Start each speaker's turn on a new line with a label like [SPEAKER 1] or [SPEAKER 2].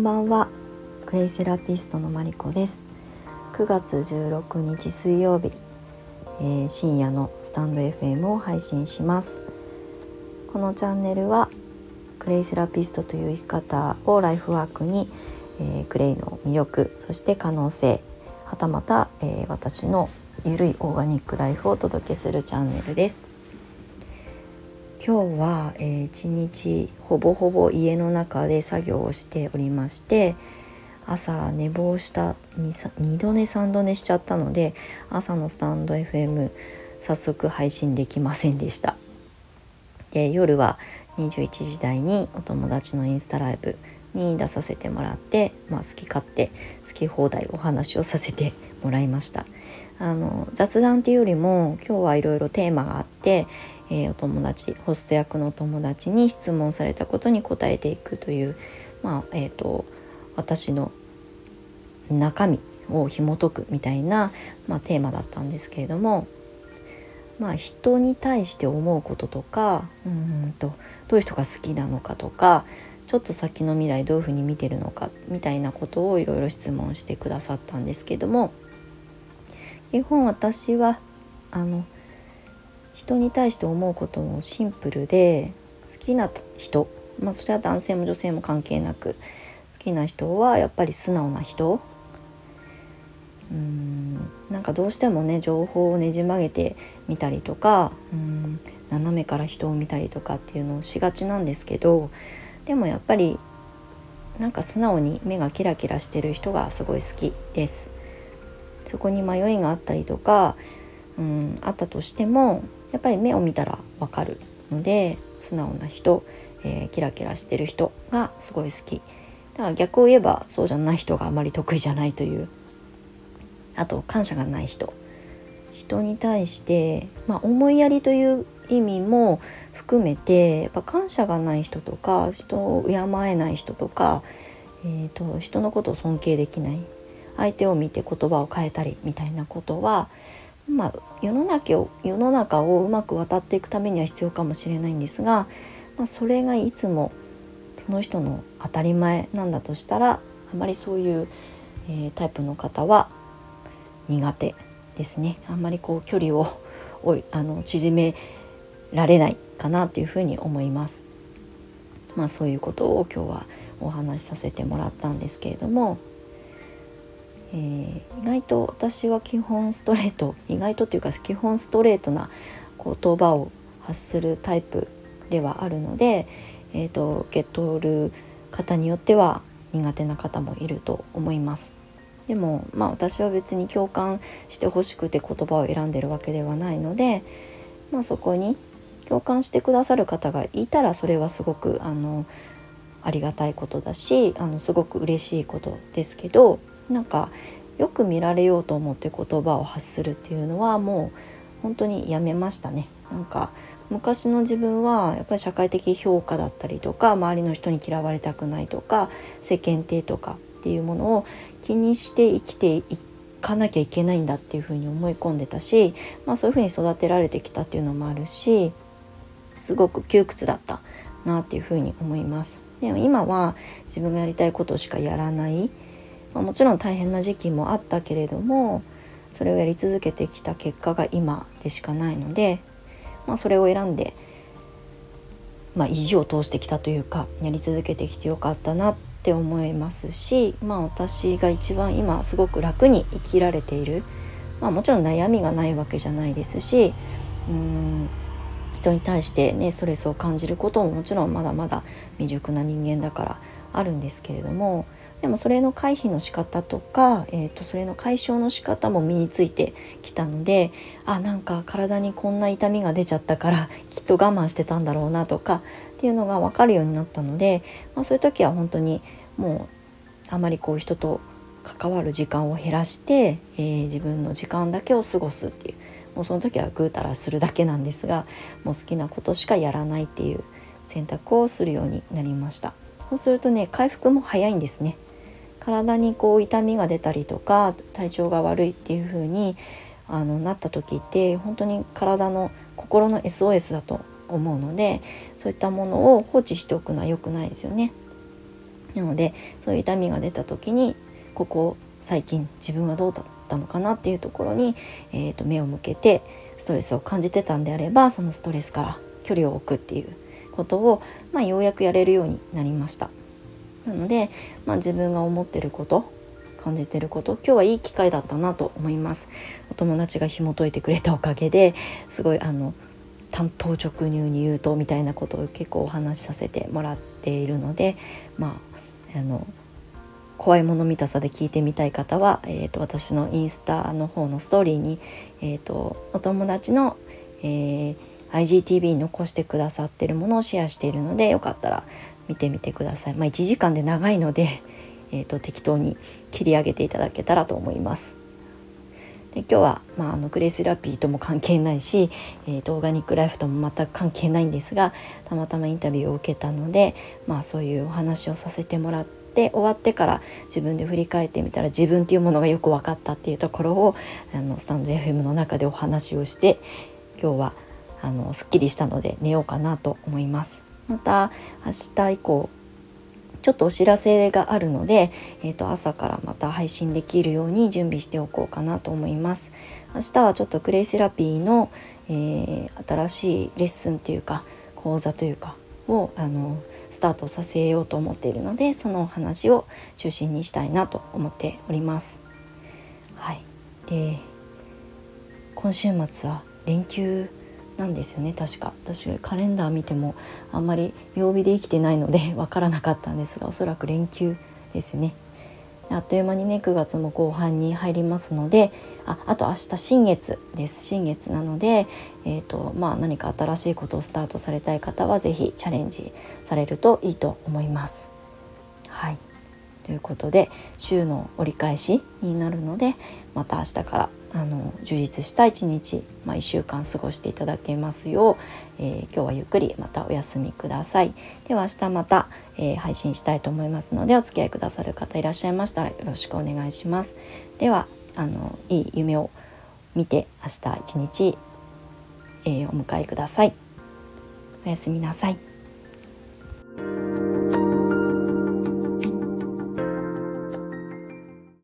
[SPEAKER 1] ばんは。クレイセラピストのマリコです。9月16日水曜日、深夜のスタンド FM を配信します。このチャンネルはクレイセラピストという生き方をライフワークに、クレイの魅力、そして可能性、はたまた、私のゆるいオーガニックライフをお届けするチャンネルです。今日は、一日ほぼほぼ家の中で作業をしておりまして、朝寝坊した2度寝3度寝しちゃったので、朝のスタンド FM 早速配信できませんでした。で、夜は21時台にお友達のインスタライブに出させてもらって、好き勝手好き放題お話をさせてもらいました。雑談っていうよりも今日はいろいろテーマがあって、お友達、ホスト役のお友達に質問されたことに答えていくという、私の中身を紐解くみたいな、テーマだったんですけれども、人に対して思うこととか、どういう人が好きなのかとか、ちょっと先の未来どういうふうに見てるのかみたいなことをいろいろ質問してくださったんですけども、基本私は人に対して思うこともシンプルで、好きな人、それは男性も女性も関係なく、好きな人はやっぱり素直な人。なんかどうしてもね、情報をねじ曲げてみたりとか、斜めから人を見たりとかっていうのをしがちなんですけど、でもやっぱりなんか素直に目がキラキラしてる人がすごい好きです。そこに迷いがあったりとか、あったとしてもやっぱり目を見たらわかるので、素直な人、キラキラしてる人がすごい好き。だから逆を言えばそうじゃない人があまり得意じゃないという。あと感謝がない人に対して、思いやりという意味も含めて、やっぱ感謝がない人とか、人を敬えない人とか、人のことを尊敬できない、相手を見て言葉を変えたりみたいなことは、世の中をうまく渡っていくためには必要かもしれないんですが、それがいつもその人の当たり前なんだとしたら、あまりそういう、タイプの方は苦手ですね。あんまり距離を縮められないかなというふうに思います。そういうことを今日はお話しさせてもらったんですけれども、意外と私は基本ストレート、基本ストレートな言葉を発するタイプではあるので、受け取る方によっては苦手な方もいると思います。でも私は別に共感してほしくて言葉を選んでるわけではないので、そこに共感してくださる方がいたら、それはすごくありがたいことだし、すごく嬉しいことですけど、なんかよく見られようと思って言葉を発するっていうのはもう本当にやめましたね。なんか昔の自分はやっぱり社会的評価だったりとか、周りの人に嫌われたくないとか、世間体とかっていうものを気にして生きていかなきゃいけないんだっていうふうに思い込んでたし、そういうふうに育てられてきたっていうのもあるし、すごく窮屈だったなっていうふうに思います。でも今は自分がやりたいことしかやらない、もちろん大変な時期もあったけれども、それをやり続けてきた結果が今でしかないので、それを選んで、意地を通してきたというか、やり続けてきてよかったなって思いますし、私が一番今すごく楽に生きられている、もちろん悩みがないわけじゃないですし、人に対してねストレスを感じることももちろんまだまだ未熟な人間だからあるんですけれども、でもそれの回避の仕方とか、それの解消の仕方も身についてきたので、なんか体にこんな痛みが出ちゃったからきっと我慢してたんだろうなとかっていうのが分かるようになったので、そういう時は本当にもうあまり人と関わる時間を減らして、自分の時間だけを過ごすっていう、もうその時はぐうたらするだけなんですが、もう好きなことしかやらないっていう選択をするようになりました。そうするとね、回復も早いんですね。体に痛みが出たりとか体調が悪いっていう風になった時って本当に体の心の SOS だと思うので、そういったものを放置しておくのは良くないですよね。 なのでそういう痛みが出た時にここ最近自分はどうだったのかなっていうところに、目を向けてストレスを感じてたんであればそのストレスから距離を置くっていうことを、ようやくやれるようになりました。なので、自分が思ってること感じてること今日はいい機会だったなと思います。お友達が紐解いてくれたおかげですごい単刀直入に言うとみたいなことを結構お話しさせてもらっているので、怖いもの見たさで聞いてみたい方は、私のインスタの方のストーリーに、お友達の、IGTV に残してくださっているものをシェアしているのでよかったら見てみてください。1時間で長いので、適当に切り上げていただけたらと思います。で今日は、グレイセラピーとも関係ないし、オーガニックライフとも全く関係ないんですがたまたまインタビューを受けたので、そういうお話をさせてもらって終わってから自分で振り返ってみたら自分っていうものがよく分かったっていうところをスタンド FM の中でお話をして今日はすっきりしたので寝ようかなと思います。また明日以降ちょっとお知らせがあるので、朝からまた配信できるように準備しておこうかなと思います。明日はちょっとクレイセラピーの、新しいレッスンというか講座というかをスタートさせようと思っているのでそのお話を中心にしたいなと思っております。はい、で今週末は連休なんですよね。確か私カレンダー見てもあんまり曜日で生きてないので分からなかったんですがおそらく連休ですね。あっという間にね9月も後半に入りますのであと明日新月です。新月なので、何か新しいことをスタートされたい方はぜひチャレンジされるといいと思います。はい、ということで週の折り返しになるのでまた明日から充実した一日、1週間過ごしていただけますよう、今日はゆっくりまたお休みください。では明日また、配信したいと思いますのでお付き合いくださる方いらっしゃいましたらよろしくお願いします。ではいい夢を見て明日一日、お迎えください。おやすみなさい。